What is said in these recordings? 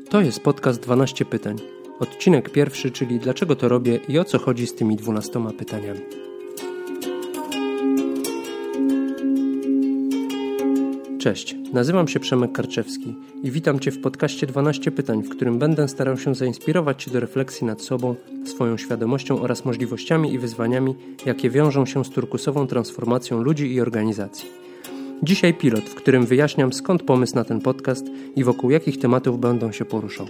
To jest podcast 12 pytań. Odcinek pierwszy, czyli dlaczego to robię i o co chodzi z tymi 12 pytaniami. Cześć, nazywam się Przemek Karczewski i witam Cię w podcaście 12 pytań, w którym będę starał się zainspirować Cię do refleksji nad sobą, swoją świadomością oraz możliwościami i wyzwaniami, jakie wiążą się z turkusową transformacją ludzi i organizacji. Dzisiaj pilot, w którym wyjaśniam, skąd pomysł na ten podcast i wokół jakich tematów będą się poruszał.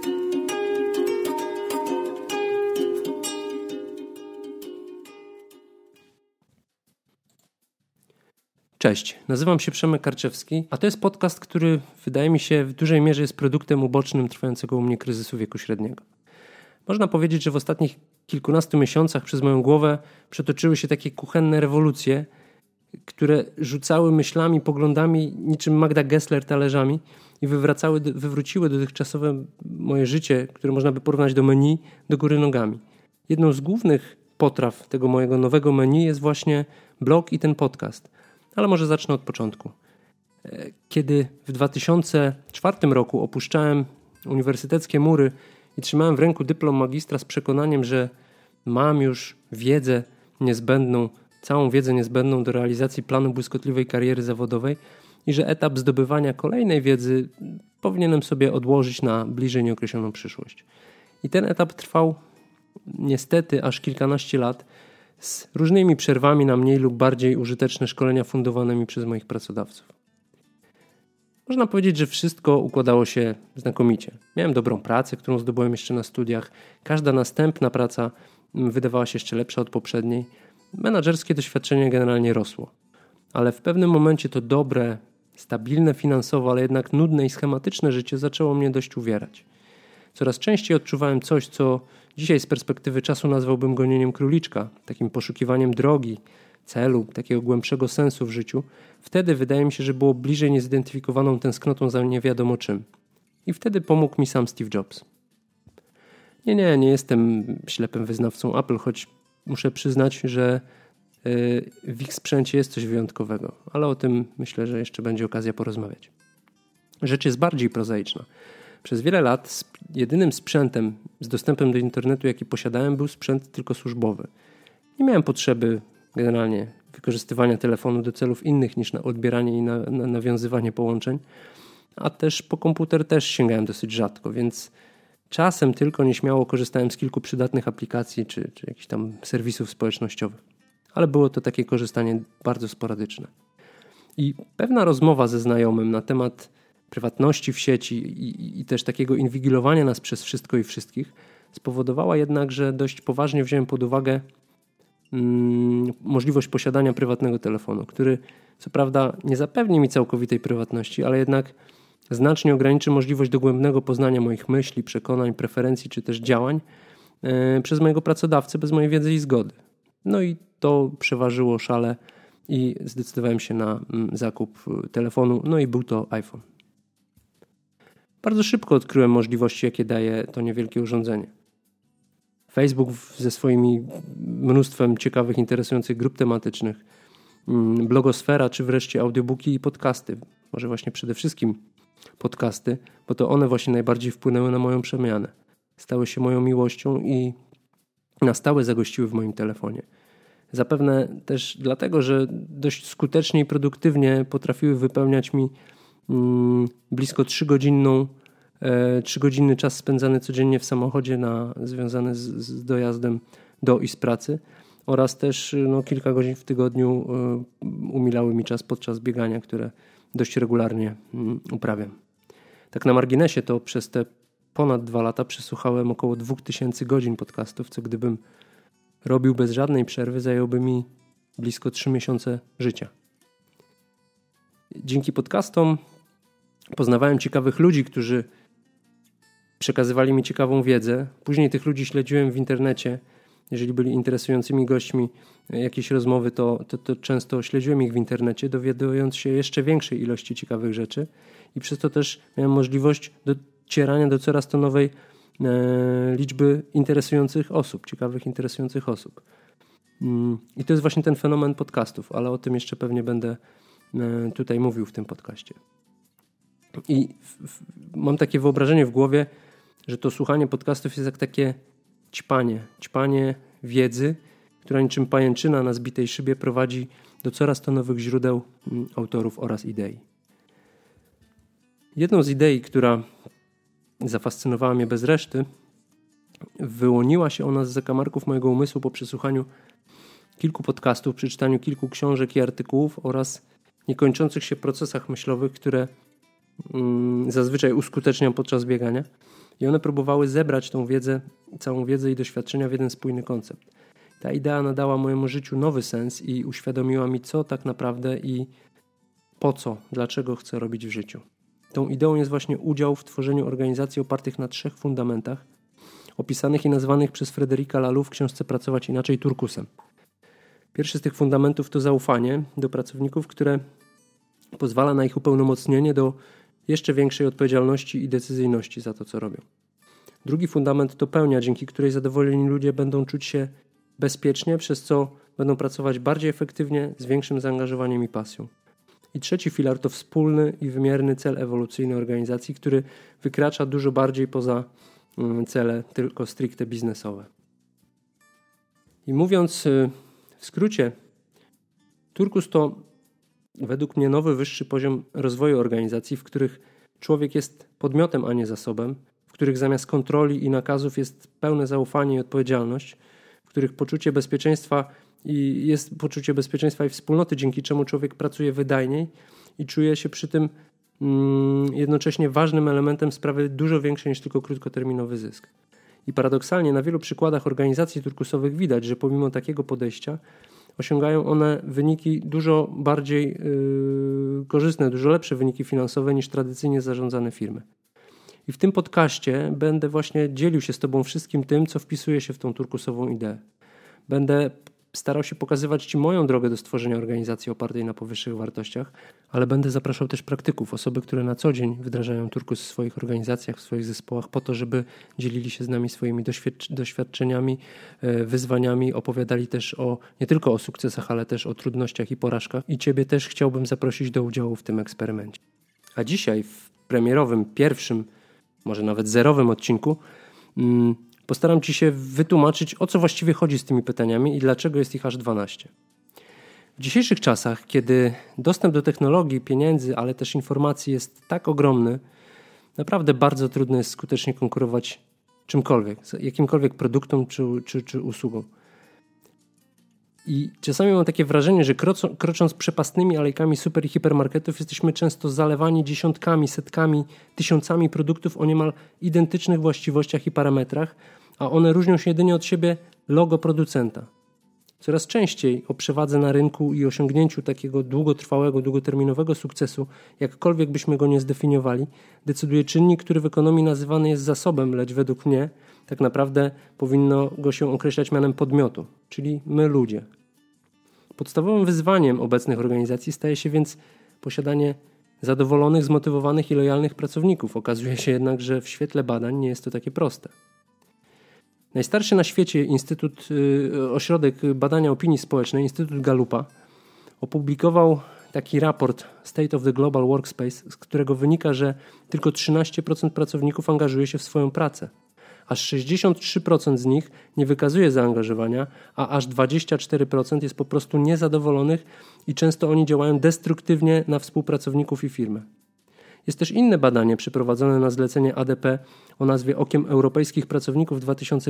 Cześć, nazywam się Przemek Karczewski, a to jest podcast, który wydaje mi się w dużej mierze jest produktem ubocznym trwającego u mnie kryzysu wieku średniego. Można powiedzieć, że w ostatnich kilkunastu miesiącach przez moją głowę przetoczyły się takie kuchenne rewolucje, które rzucały myślami, poglądami niczym Magda Gessler talerzami i wywróciły dotychczasowe moje życie, które można by porównać do menu, do góry nogami. Jedną z głównych potraw tego mojego nowego menu jest właśnie blog i ten podcast. Ale może zacznę od początku. Kiedy w 2004 roku opuszczałem uniwersyteckie mury i trzymałem w ręku dyplom magistra z przekonaniem, że mam już wiedzę niezbędną, całą wiedzę niezbędną do realizacji planu błyskotliwej kariery zawodowej i że etap zdobywania kolejnej wiedzy powinienem sobie odłożyć na bliżej nieokreśloną przyszłość. I ten etap trwał niestety aż kilkanaście lat z różnymi przerwami na mniej lub bardziej użyteczne szkolenia fundowane mi przez moich pracodawców. Można powiedzieć, że wszystko układało się znakomicie. Miałem dobrą pracę, którą zdobyłem jeszcze na studiach. Każda następna praca wydawała się jeszcze lepsza od poprzedniej. Menadżerskie doświadczenie generalnie rosło. Ale w pewnym momencie to dobre, stabilne finansowo, ale jednak nudne i schematyczne życie zaczęło mnie dość uwierać. Coraz częściej odczuwałem coś, co dzisiaj z perspektywy czasu nazwałbym gonieniem króliczka, takim poszukiwaniem drogi, celu, takiego głębszego sensu w życiu. Wtedy wydaje mi się, że było bliżej niezidentyfikowaną tęsknotą za nie wiadomo czym. I wtedy pomógł mi sam Steve Jobs. Nie jestem ślepym wyznawcą Apple, choć muszę przyznać, że w ich sprzęcie jest coś wyjątkowego, ale o tym myślę, że jeszcze będzie okazja porozmawiać. Rzecz jest bardziej prozaiczna. Przez wiele lat jedynym sprzętem z dostępem do internetu, jaki posiadałem, był sprzęt tylko służbowy. Nie miałem potrzeby generalnie wykorzystywania telefonu do celów innych niż na odbieranie i na nawiązywanie połączeń, a też po komputer też sięgałem dosyć rzadko, więc czasem tylko nieśmiało korzystałem z kilku przydatnych aplikacji czy jakichś tam serwisów społecznościowych. Ale było to takie korzystanie bardzo sporadyczne. I pewna rozmowa ze znajomym na temat prywatności w sieci i też takiego inwigilowania nas przez wszystko i wszystkich spowodowała jednak, że dość poważnie wziąłem pod uwagę możliwość posiadania prywatnego telefonu, który co prawda nie zapewni mi całkowitej prywatności, ale jednak znacznie ograniczy możliwość dogłębnego poznania moich myśli, przekonań, preferencji czy też działań przez mojego pracodawcę bez mojej wiedzy i zgody. No i to przeważyło szale i zdecydowałem się na zakup telefonu, no i był to iPhone. Bardzo szybko odkryłem możliwości, jakie daje to niewielkie urządzenie. Facebook ze swoimi mnóstwem ciekawych, interesujących grup tematycznych, blogosfera, czy wreszcie audiobooki i podcasty. Może właśnie przede wszystkim podcasty, bo to one właśnie najbardziej wpłynęły na moją przemianę. Stały się moją miłością i na stałe zagościły w moim telefonie. Zapewne też dlatego, że dość skutecznie i produktywnie potrafiły wypełniać mi blisko 3-godzinny czas spędzany codziennie w samochodzie związany z dojazdem do i z pracy oraz też kilka godzin w tygodniu umilały mi czas podczas biegania, które dość regularnie uprawiam. Tak na marginesie to przez te ponad 2 lata przesłuchałem około 2000 godzin podcastów, co gdybym robił bez żadnej przerwy zająłby mi blisko 3 miesiące życia. Dzięki podcastom poznawałem ciekawych ludzi, którzy przekazywali mi ciekawą wiedzę. Później tych ludzi śledziłem w internecie. Jeżeli byli interesującymi gośćmi jakiejś rozmowy, to często śledziłem ich w internecie, dowiadując się jeszcze większej ilości ciekawych rzeczy. I przez to też miałem możliwość docierania do coraz to nowej liczby interesujących osób, ciekawych, interesujących osób. I to jest właśnie ten fenomen podcastów, ale o tym jeszcze pewnie będę tutaj mówił w tym podcaście. I mam takie wyobrażenie w głowie, że to słuchanie podcastów jest jak takie ćpanie wiedzy, która niczym pajęczyna na zbitej szybie prowadzi do coraz to nowych źródeł autorów oraz idei. Jedną z idei, która zafascynowała mnie bez reszty, wyłoniła się ona z zakamarków mojego umysłu po przesłuchaniu kilku podcastów, przeczytaniu kilku książek i artykułów oraz niekończących się procesach myślowych, które zazwyczaj uskuteczniam podczas biegania. I one próbowały zebrać tą wiedzę, całą wiedzę i doświadczenia w jeden spójny koncept. Ta idea nadała mojemu życiu nowy sens i uświadomiła mi, co tak naprawdę i po co, dlaczego chcę robić w życiu. Tą ideą jest właśnie udział w tworzeniu organizacji opartych na 3 fundamentach, opisanych i nazwanych przez Frederica Laloux w książce Pracować inaczej turkusem. Pierwszy z tych fundamentów to zaufanie do pracowników, które pozwala na ich upełnomocnienie do jeszcze większej odpowiedzialności i decyzyjności za to, co robią. Drugi fundament to pełnia, dzięki której zadowoleni ludzie będą czuć się bezpiecznie, przez co będą pracować bardziej efektywnie, z większym zaangażowaniem i pasją. I trzeci filar to wspólny i wymierny cel ewolucyjny organizacji, który wykracza dużo bardziej poza cele tylko stricte biznesowe. I mówiąc w skrócie, turkus to według mnie nowy, wyższy poziom rozwoju organizacji, w których człowiek jest podmiotem, a nie zasobem, w których zamiast kontroli i nakazów jest pełne zaufanie i odpowiedzialność, w których poczucie bezpieczeństwa i wspólnoty, dzięki czemu człowiek pracuje wydajniej i czuje się przy tym jednocześnie ważnym elementem sprawy dużo większej niż tylko krótkoterminowy zysk. I paradoksalnie na wielu przykładach organizacji turkusowych widać, że pomimo takiego podejścia osiągają one wyniki dużo bardziej korzystne, dużo lepsze wyniki finansowe niż tradycyjnie zarządzane firmy. I w tym podcaście będę właśnie dzielił się z Tobą wszystkim tym, co wpisuje się w tą turkusową ideę. Będę starał się pokazywać Ci moją drogę do stworzenia organizacji opartej na powyższych wartościach, ale będę zapraszał też praktyków, osoby, które na co dzień wdrażają turkus w swoich organizacjach, w swoich zespołach po to, żeby dzielili się z nami swoimi doświadczeniami, wyzwaniami, opowiadali też nie tylko o sukcesach, ale też o trudnościach i porażkach. I Ciebie też chciałbym zaprosić do udziału w tym eksperymencie. A dzisiaj w premierowym, pierwszym, może nawet zerowym odcinku postaram Ci się wytłumaczyć, o co właściwie chodzi z tymi pytaniami i dlaczego jest ich aż 12. W dzisiejszych czasach, kiedy dostęp do technologii, pieniędzy, ale też informacji jest tak ogromny, naprawdę bardzo trudno jest skutecznie konkurować czymkolwiek, jakimkolwiek produktom czy usługą. I czasami mam takie wrażenie, że krocząc przepastnymi alejkami super i hipermarketów jesteśmy często zalewani dziesiątkami, setkami, tysiącami produktów o niemal identycznych właściwościach i parametrach, a one różnią się jedynie od siebie logo producenta. Coraz częściej o przewadze na rynku i osiągnięciu takiego długotrwałego, długoterminowego sukcesu, jakkolwiek byśmy go nie zdefiniowali, decyduje czynnik, który w ekonomii nazywany jest zasobem, lecz według mnie tak naprawdę powinno go się określać mianem podmiotu, czyli my ludzie. Podstawowym wyzwaniem obecnych organizacji staje się więc posiadanie zadowolonych, zmotywowanych i lojalnych pracowników. Okazuje się jednak, że w świetle badań nie jest to takie proste. Najstarszy na świecie ośrodek badania opinii społecznej, Instytut Gallupa, opublikował taki raport State of the Global Workspace, z którego wynika, że tylko 13% pracowników angażuje się w swoją pracę. Aż 63% z nich nie wykazuje zaangażowania, a aż 24% jest po prostu niezadowolonych i często oni działają destruktywnie na współpracowników i firmę. Jest też inne badanie przeprowadzone na zlecenie ADP o nazwie Okiem Europejskich Pracowników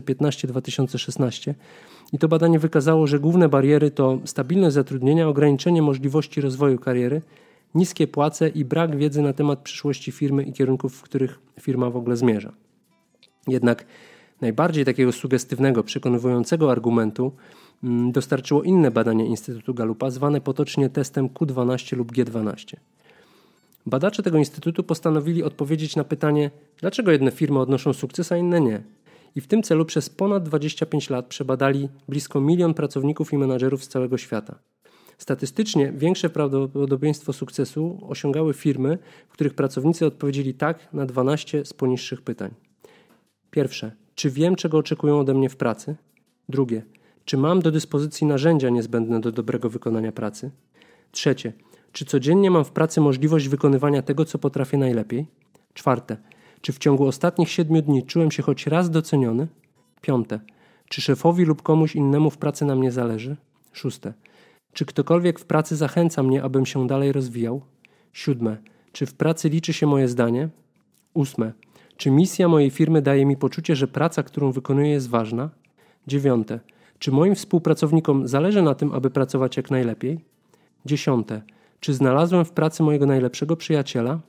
2015-2016 i to badanie wykazało, że główne bariery to stabilność zatrudnienia, ograniczenie możliwości rozwoju kariery, niskie płace i brak wiedzy na temat przyszłości firmy i kierunków, w których firma w ogóle zmierza. Jednak najbardziej takiego sugestywnego, przekonującego argumentu dostarczyło inne badanie Instytutu Gallupa zwane potocznie testem Q12 lub G12. Badacze tego instytutu postanowili odpowiedzieć na pytanie, dlaczego jedne firmy odnoszą sukces, a inne nie. I w tym celu przez ponad 25 lat przebadali blisko 1 milion pracowników i menadżerów z całego świata. Statystycznie większe prawdopodobieństwo sukcesu osiągały firmy, w których pracownicy odpowiedzieli tak na 12 z poniższych pytań. Pierwsze, czy wiem, czego oczekują ode mnie w pracy? Drugie, czy mam do dyspozycji narzędzia niezbędne do dobrego wykonania pracy? Trzecie, Czy codziennie mam w pracy możliwość wykonywania tego, co potrafię najlepiej? 4. Czy w ciągu ostatnich 7 dni czułem się choć raz doceniony? 5. Czy szefowi lub komuś innemu w pracy na mnie zależy? 6. Czy ktokolwiek w pracy zachęca mnie, abym się dalej rozwijał? 7. Czy w pracy liczy się moje zdanie? 8. Czy misja mojej firmy daje mi poczucie, że praca, którą wykonuję, jest ważna? 9. Czy moim współpracownikom zależy na tym, aby pracować jak najlepiej? 10. Czy znalazłem w pracy mojego najlepszego przyjaciela?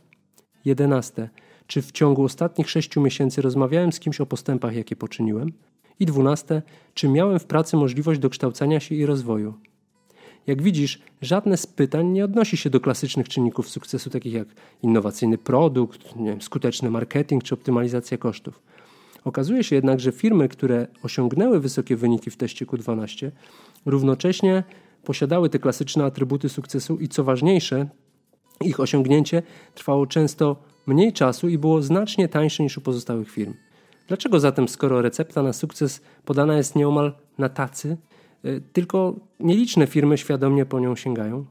11. Czy w ciągu ostatnich 6 miesięcy rozmawiałem z kimś o postępach, jakie poczyniłem? I 12. Czy miałem w pracy możliwość dokształcania się i rozwoju? Jak widzisz, żadne z pytań nie odnosi się do klasycznych czynników sukcesu, takich jak innowacyjny produkt, skuteczny marketing czy optymalizacja kosztów. Okazuje się jednak, że firmy, które osiągnęły wysokie wyniki w teście Q12, równocześnie posiadały te klasyczne atrybuty sukcesu i co ważniejsze, ich osiągnięcie trwało często mniej czasu i było znacznie tańsze niż u pozostałych firm. Dlaczego zatem, skoro recepta na sukces podana jest nieomal na tacy, tylko nieliczne firmy świadomie po nią sięgają?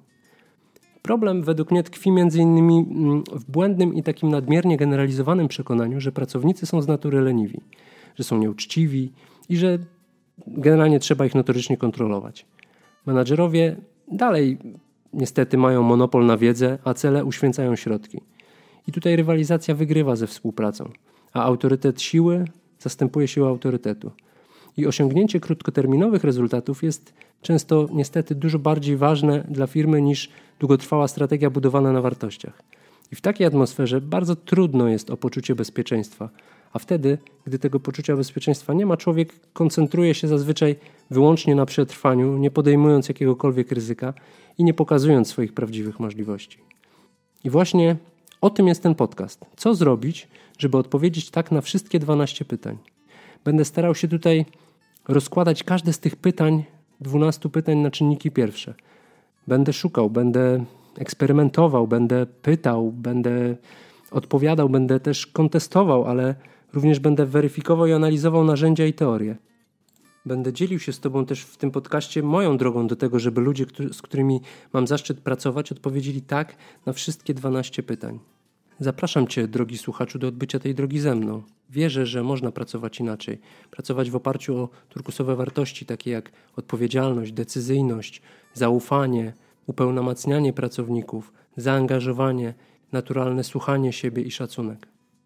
Problem według mnie tkwi m.in. w błędnym i takim nadmiernie generalizowanym przekonaniu, że pracownicy są z natury leniwi, że są nieuczciwi i że generalnie trzeba ich notorycznie kontrolować. Menadżerowie dalej niestety mają monopol na wiedzę, a cele uświęcają środki. I tutaj rywalizacja wygrywa ze współpracą, a autorytet siły zastępuje siłę autorytetu. I osiągnięcie krótkoterminowych rezultatów jest często niestety dużo bardziej ważne dla firmy niż długotrwała strategia budowana na wartościach. I w takiej atmosferze bardzo trudno jest o poczucie bezpieczeństwa, a wtedy, gdy tego poczucia bezpieczeństwa nie ma, człowiek koncentruje się zazwyczaj wyłącznie na przetrwaniu, nie podejmując jakiegokolwiek ryzyka i nie pokazując swoich prawdziwych możliwości. I właśnie o tym jest ten podcast. Co zrobić, żeby odpowiedzieć tak na wszystkie 12 pytań? Będę starał się tutaj rozkładać każde z tych pytań, 12 pytań na czynniki pierwsze. Będę szukał, będę eksperymentował, będę pytał, będę odpowiadał, będę też kontestował, ale również będę weryfikował i analizował narzędzia i teorie. Będę dzielił się z Tobą też w tym podcaście moją drogą do tego, żeby ludzie, z którymi mam zaszczyt pracować, odpowiedzieli tak na wszystkie 12 pytań. Zapraszam Cię, drogi słuchaczu, do odbycia tej drogi ze mną. Wierzę, że można pracować inaczej. Pracować w oparciu o turkusowe wartości, takie jak odpowiedzialność, decyzyjność, zaufanie, upełnomacnianie pracowników, zaangażowanie, naturalne słuchanie siebie i szacunek.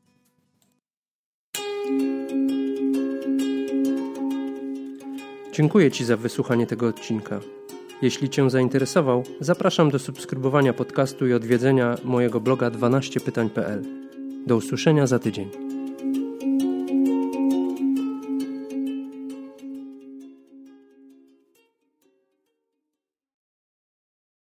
Dziękuję Ci za wysłuchanie tego odcinka. Jeśli Cię zainteresował, zapraszam do subskrybowania podcastu i odwiedzenia mojego bloga 12pytań.pl. Do usłyszenia za tydzień.